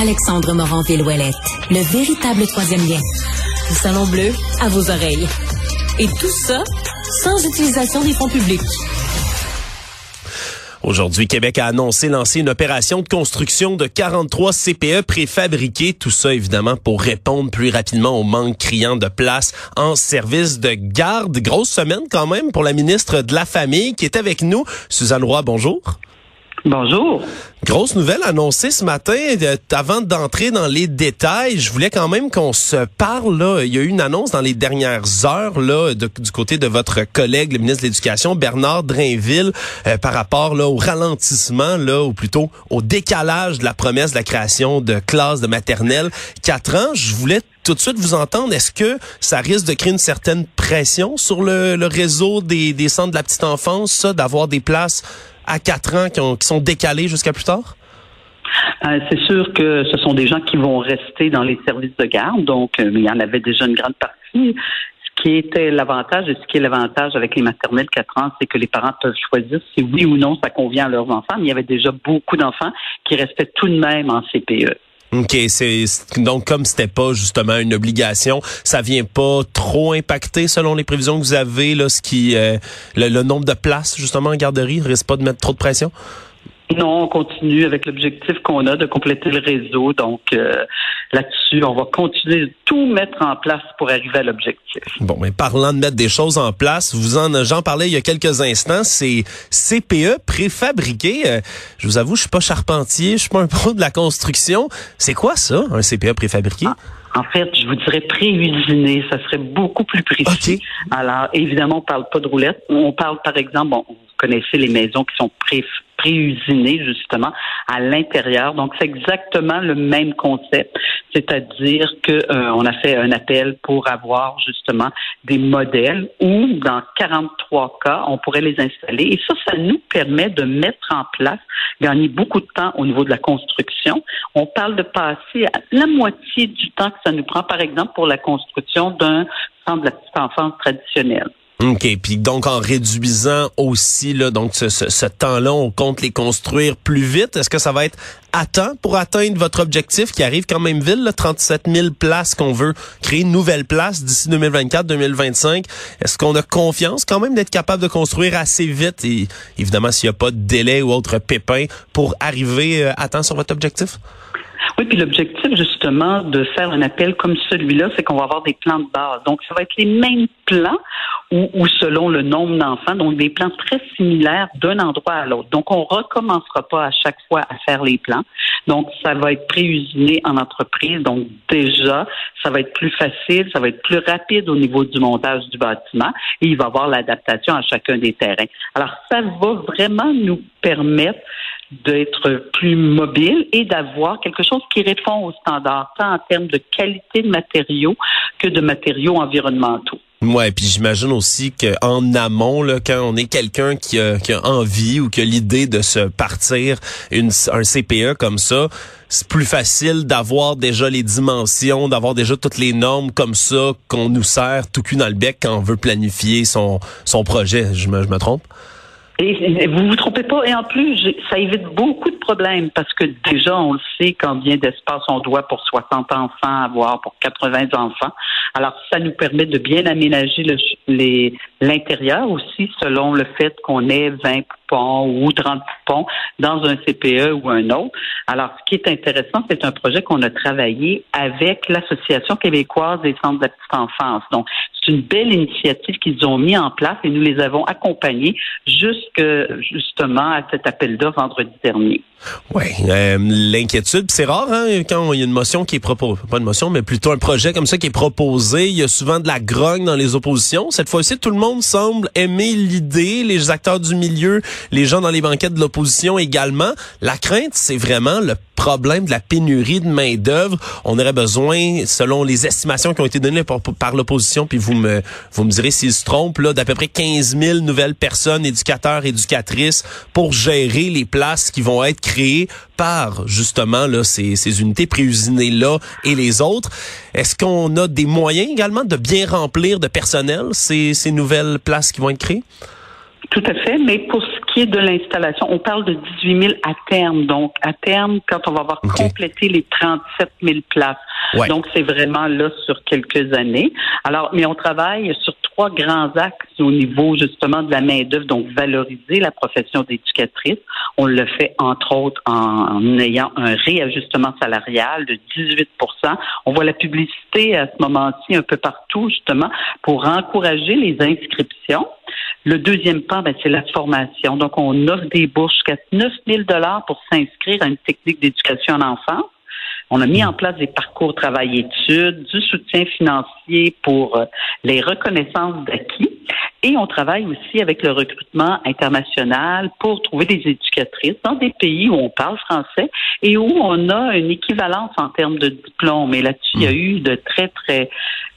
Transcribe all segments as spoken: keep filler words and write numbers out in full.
Alexandre Morin-Villouellette, le véritable troisième lien. Le Salon Bleu à vos oreilles. Et tout ça sans utilisation des fonds publics. Aujourd'hui, Québec a annoncé lancer une opération de construction de quarante-trois C P E préfabriqués. Tout ça, évidemment, pour répondre plus rapidement au manque criant de place en service de garde. Grosse semaine quand même pour la ministre de la Famille qui est avec nous. Suzanne Roy, bonjour. Bonjour. Grosse nouvelle annoncée ce matin. Euh, avant d'entrer dans les détails, je voulais quand même qu'on se parle. Là. Il y a eu une annonce dans les dernières heures là, de, du côté de votre collègue, le ministre de l'Éducation, Bernard Drainville, euh, par rapport là, au ralentissement, là, ou plutôt au décalage de la promesse de la création de classes de maternelle quatre ans. Je voulais tout de suite vous entendre. Est-ce que ça risque de créer une certaine pression sur le, le réseau des, des centres de la petite enfance, ça, d'avoir des places à quatre ans qui, ont, qui sont décalés jusqu'à plus tard? Euh, c'est sûr que ce sont des gens qui vont rester dans les services de garde, donc euh, il y en avait déjà une grande partie. Ce qui était l'avantage et ce qui est l'avantage avec les maternelles quatre ans, c'est que les parents peuvent choisir si oui ou non ça convient à leurs enfants, mais il y avait déjà beaucoup d'enfants qui restaient tout de même en C P E. OK, c'est donc comme c'était pas justement une obligation, ça vient pas trop impacter selon les prévisions que vous avez là, ce qui euh, le, le nombre de places justement en garderie, risque pas de mettre trop de pression? Non, on continue avec l'objectif qu'on a de compléter le réseau. Donc euh, là-dessus, on va continuer de tout mettre en place pour arriver à l'objectif. Bon, mais parlant de mettre des choses en place, vous en j'en parlais il y a quelques instants, c'est C P E préfabriqué. Euh, je vous avoue, je suis pas charpentier, je suis pas un pro de la construction. C'est quoi ça, un C P E préfabriqué? Ah. En fait, je vous dirais pré-usiné, ça serait beaucoup plus précis. Okay. Alors, évidemment, on parle pas de roulettes. On parle, par exemple, bon, vous connaissez les maisons qui sont pré pré-usinées, justement, à l'intérieur. Donc, c'est exactement le même concept. C'est-à-dire que euh, on a fait un appel pour avoir, justement, des modèles où, dans quarante-trois cas, on pourrait les installer. Et ça, ça nous permet de mettre en place, gagner beaucoup de temps au niveau de la construction. On parle de passer à la moitié du temps que ça nous prend, par exemple, pour la construction d'un centre de la petite enfance traditionnelle. OK. Puis donc, en réduisant aussi là, donc ce, ce, ce temps-là, on compte les construire plus vite. Est-ce que ça va être à temps pour atteindre votre objectif qui arrive quand même vite, là, trente-sept mille places qu'on veut créer, une nouvelle place d'ici deux mille vingt-quatre deux mille vingt-cinq? Est-ce qu'on a confiance quand même d'être capable de construire assez vite et évidemment s'il n'y a pas de délai ou autre pépin pour arriver à temps sur votre objectif? Oui, puis l'objectif, justement, de faire un appel comme celui-là, c'est qu'on va avoir des plans de base. Donc, ça va être les mêmes plans ou, ou selon le nombre d'enfants, donc des plans très similaires d'un endroit à l'autre. Donc, on recommencera pas à chaque fois à faire les plans. Donc, ça va être pré-usiné en entreprise. Donc, déjà, ça va être plus facile, ça va être plus rapide au niveau du montage du bâtiment et il va y avoir l'adaptation à chacun des terrains. Alors, ça va vraiment nous permettre d'être plus mobile et d'avoir quelque chose qui répond aux standards, tant en termes de qualité de matériaux que de matériaux environnementaux. Ouais, puis j'imagine aussi qu'en amont, là, quand on est quelqu'un qui a, qui a envie ou qui a l'idée de se partir une, un C P E comme ça, c'est plus facile d'avoir déjà les dimensions, d'avoir déjà toutes les normes comme ça qu'on nous sert tout cul dans le bec quand on veut planifier son, son projet. Je me, je me trompe? Et vous vous trompez pas. Et en plus, ça évite beaucoup de problèmes parce que déjà, on le sait combien d'espace on doit pour soixante enfants avoir, pour quatre-vingts enfants. Alors, ça nous permet de bien aménager le, les, l'intérieur aussi selon le fait qu'on ait vingt poupons ou trente poupons dans un C P E ou un autre. Alors, ce qui est intéressant, c'est un projet qu'on a travaillé avec l'Association québécoise des centres de la petite enfance. Donc, c'est une belle initiative qu'ils ont mis en place et nous les avons accompagnés jusque justement à cet appel d'offres vendredi dernier. Oui, euh, l'inquiétude, c'est rare hein, quand il y a une motion qui est proposée, pas une motion, mais plutôt un projet comme ça qui est proposé, il y a souvent de la grogne dans les oppositions. Cette fois-ci, tout le monde semble aimer l'idée, les acteurs du milieu, les gens dans les banquettes de l'opposition également. La crainte, c'est vraiment le problème de la pénurie de main-d'œuvre. On aurait besoin, selon les estimations qui ont été données par, par l'opposition, puis vous me vous me direz s'ils se trompent, là, d'à peu près quinze mille nouvelles personnes, éducateurs, éducatrices, pour gérer les places qui vont être créées par, justement, là, ces, ces unités préusinées-là et les autres. Est-ce qu'on a des moyens également de bien remplir de personnel ces, ces nouvelles places qui vont être créées? Tout à fait, mais pour ce qui est de l'installation, on parle de dix-huit mille à terme. Donc, à terme, quand on va avoir okay. complété les trente-sept mille places. Ouais. Donc, c'est vraiment là sur quelques années. Alors, mais on travaille sur trois grands axes au niveau, justement, de la main-d'œuvre. Donc, valoriser la profession d'éducatrice. On le fait, entre autres, en, en ayant un réajustement salarial de dix-huit pour cent. On voit la publicité à ce moment-ci un peu partout, justement, pour encourager les inscriptions. Le deuxième pan, ben, c'est la formation. Donc, on offre des bourses jusqu'à neuf mille dollars pour s'inscrire à une technique d'éducation en enfance. On a mis en place des parcours travail-études, du soutien financier pour euh, les reconnaissances d'acquis. Et on travaille aussi avec le recrutement international pour trouver des éducatrices dans des pays où on parle français et où on a une équivalence en termes de diplôme. Et là-dessus, il y a eu de très, très,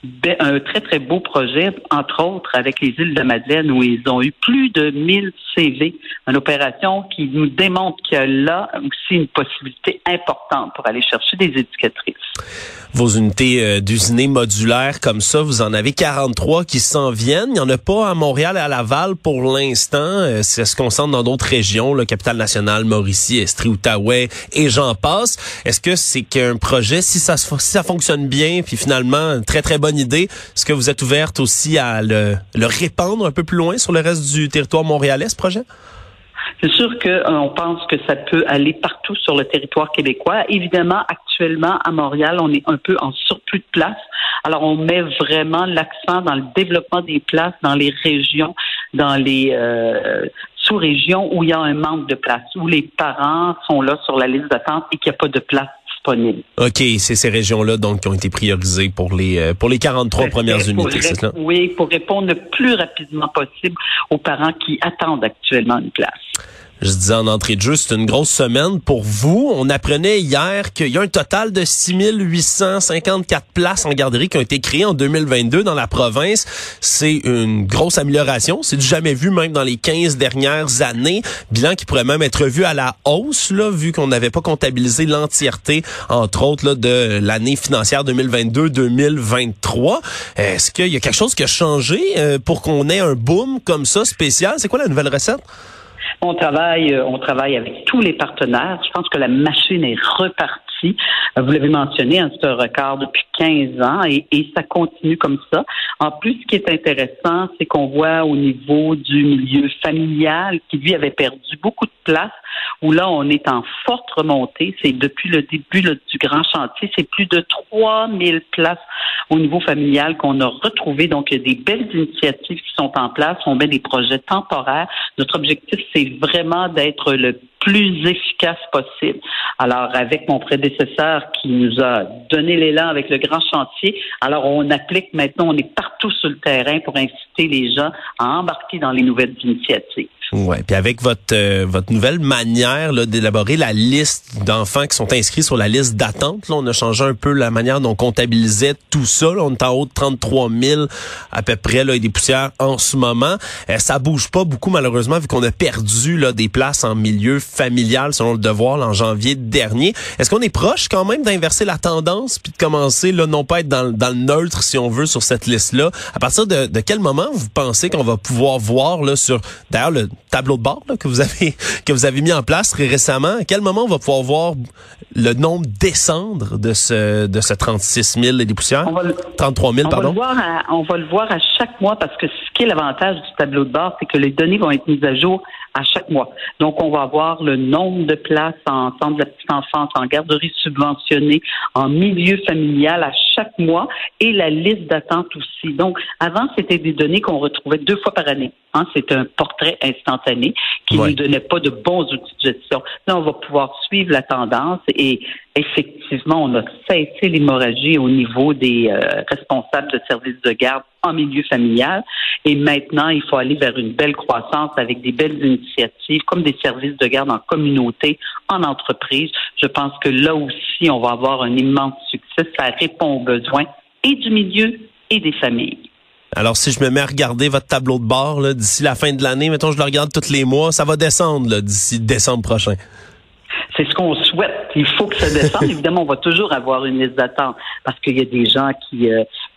un très, très beau projet, entre autres avec les îles de Madeleine, où ils ont eu plus de mille C V, une opération qui nous démontre qu'il y a là aussi une possibilité importante pour aller chercher des éducatrices. Vos unités euh, d'usinés modulaires comme ça, vous en avez quarante-trois qui s'en viennent. Il n'y en a pas à Montréal et à Laval pour l'instant. Euh, c'est ce qu'on sent dans d'autres régions, le Capitale-Nationale, Mauricie, Estrie, Outaouais et j'en passe. Est-ce que c'est qu'un projet, si ça, si ça fonctionne bien, puis finalement, une très, très bonne idée, est-ce que vous êtes ouverte aussi à le, le répandre un peu plus loin sur le reste du territoire montréalais, ce projet? C'est sûr qu'on euh, pense que ça peut aller partout sur le territoire québécois. Évidemment, actuellement, à Montréal, on est un peu en surplus de places. Alors, on met vraiment l'accent dans le développement des places dans les régions, dans les euh, sous-régions où il y a un manque de places, où les parents sont là sur la liste d'attente et qu'il n'y a pas de place disponible. OK, c'est ces régions-là donc qui ont été priorisées pour les pour les quarante-trois c'est premières pour unités, ré- c'est ça? Oui, pour répondre le plus rapidement possible aux parents qui attendent actuellement une place. Je disais en entrée de jeu, c'est une grosse semaine pour vous. On apprenait hier qu'il y a un total de six mille huit cent cinquante-quatre places en garderie qui ont été créées en deux mille vingt-deux dans la province. C'est une grosse amélioration. C'est du jamais vu même dans les quinze dernières années. Bilan qui pourrait même être vu à la hausse, là, vu qu'on n'avait pas comptabilisé l'entièreté, entre autres, là, de l'année financière deux mille vingt-deux deux mille vingt-trois. Est-ce qu'il y a quelque chose qui a changé euh, pour qu'on ait un boom comme ça spécial? C'est quoi la nouvelle recette? On travaille, on travaille avec tous les partenaires. Je pense que la machine est repartie. Vous l'avez mentionné, hein, c'est un record depuis quinze ans et, et ça continue comme ça. En plus, ce qui est intéressant, c'est qu'on voit au niveau du milieu familial qui, lui, avait perdu beaucoup de place, où là, on est en forte remontée. C'est depuis le début là, du grand chantier, c'est plus de trois mille places au niveau familial qu'on a retrouvé. Donc, il y a des belles initiatives qui sont en place. On met des projets temporaires. Notre objectif, c'est vraiment d'être le plus efficace possible. Alors, avec mon prédécesseur qui nous a donné l'élan avec le grand chantier, alors on applique maintenant, on est partout sur le terrain pour inciter les gens à embarquer dans les nouvelles initiatives. Ouais, puis avec votre euh, votre nouvelle manière là, d'élaborer la liste d'enfants qui sont inscrits sur la liste d'attente, là, on a changé un peu la manière dont on comptabilisait tout ça. Là, on est en haut de trente-trois mille à peu près là, et des poussières en ce moment. Euh, ça bouge pas beaucoup malheureusement vu qu'on a perdu là des places en milieu familial selon le Devoir là, en janvier dernier. Est-ce qu'on est proche quand même d'inverser la tendance puis de commencer là non pas être dans, dans le neutre si on veut sur cette liste-là? À partir de, de quel moment vous pensez qu'on va pouvoir voir là sur d'ailleurs le tableau de bord là, que vous avez que vous avez mis en place très récemment, à quel moment on va pouvoir voir le nombre descendre de ce de ce trente-six mille et des poussières? Le, trente-trois mille, on pardon. Va le voir à, on va le voir à chaque mois parce que ce qui est l'avantage du tableau de bord, c'est que les données vont être mises à jour à chaque mois. Donc, on va avoir le nombre de places en centre de la petite enfance, en garderie subventionnée, en milieu familial à chaque mois et la liste d'attente aussi. Donc, avant, c'était des données qu'on retrouvait deux fois par année. Hein, c'est un portrait instantané qui ne ouais. nous donnait pas de bons outils de gestion. Là, on va pouvoir suivre la tendance et effectivement, on a cessé l'hémorragie au niveau des euh, responsables de services de garde en milieu familial. Et maintenant, il faut aller vers une belle croissance avec des belles initiatives comme des services de garde en communauté, en entreprise. Je pense que là aussi, on va avoir un immense succès. Ça répond aux besoins et du milieu et des familles. Alors, si je me mets à regarder votre tableau de bord là, d'ici la fin de l'année, mettons, je le regarde tous les mois, ça va descendre là, d'ici décembre prochain. C'est ce qu'on souhaite. Il faut que ça descende. Évidemment, on va toujours avoir une liste d'attente parce qu'il y a des gens qui... Euh,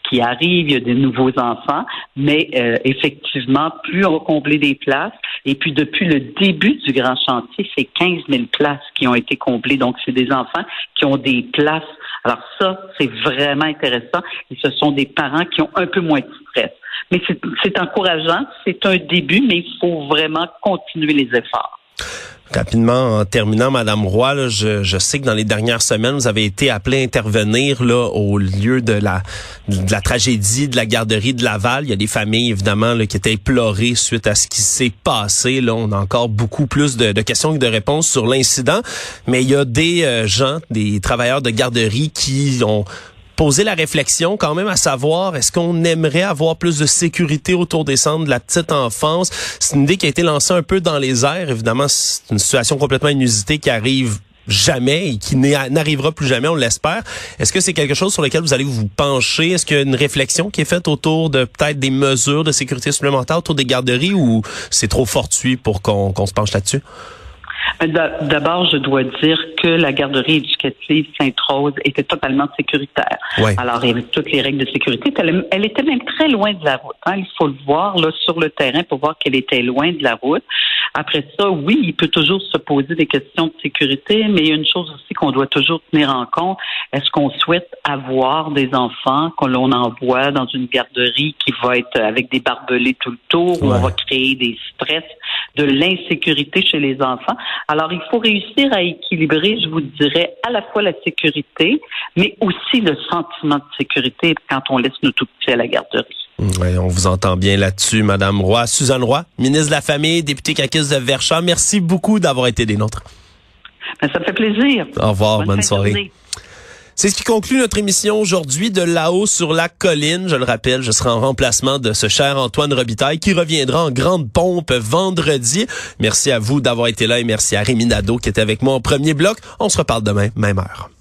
qui arrivent, il y a des nouveaux enfants, mais euh, effectivement, plus on va combler des places. Et puis, depuis le début du grand chantier, c'est quinze mille places qui ont été comblées. Donc, c'est des enfants qui ont des places. Alors ça, c'est vraiment intéressant. Et ce sont des parents qui ont un peu moins de stress. Mais c'est, c'est encourageant, c'est un début, mais il faut vraiment continuer les efforts. Rapidement, en terminant, Madame Roy, là, je, je sais que dans les dernières semaines, vous avez été appelée à intervenir là au lieu de la de la tragédie de la garderie de Laval. Il y a des familles, évidemment, là, qui étaient éplorées suite à ce qui s'est passé. Là, on a encore beaucoup plus de, de questions que de réponses sur l'incident. Mais il y a des euh, gens, des travailleurs de garderie qui ont poser la réflexion quand même à savoir, est-ce qu'on aimerait avoir plus de sécurité autour des centres de la petite enfance? C'est une idée qui a été lancée un peu dans les airs. Évidemment, c'est une situation complètement inusitée qui arrive jamais et qui n'arrivera plus jamais, on l'espère. Est-ce que c'est quelque chose sur lequel vous allez vous pencher? Est-ce qu'il y a une réflexion qui est faite autour de peut-être des mesures de sécurité supplémentaires autour des garderies ou c'est trop fortuit pour qu'on, qu'on se penche là-dessus? D'abord, je dois dire que la garderie éducative Sainte-Rose était totalement sécuritaire. Ouais. Alors, il y avait toutes les règles de sécurité. Elle, elle était même très loin de la route. Hein. Il faut le voir là sur le terrain pour voir qu'elle était loin de la route. Après ça, oui, il peut toujours se poser des questions de sécurité, mais il y a une chose aussi qu'on doit toujours tenir en compte. Est-ce qu'on souhaite avoir des enfants que l'on envoie dans une garderie qui va être avec des barbelés tout le tour, ouais. où on va créer des stress, de l'insécurité chez les enfants? Alors, il faut réussir à équilibrer, je vous dirais, à la fois la sécurité, mais aussi le sentiment de sécurité quand on laisse nos tout-petits à la garderie. Oui, on vous entend bien là-dessus, Madame Roy. Suzanne Roy, ministre de la Famille, députée caquiste de Verchères, merci beaucoup d'avoir été des nôtres. Ben, ça me fait plaisir. Au revoir, bonne, bonne soirée. C'est ce qui conclut notre émission aujourd'hui de Là-haut sur la colline. Je le rappelle, je serai en remplacement de ce cher Antoine Robitaille qui reviendra en grande pompe vendredi. Merci à vous d'avoir été là et merci à Rémi Nadeau qui était avec moi en premier bloc. On se reparle demain, même heure.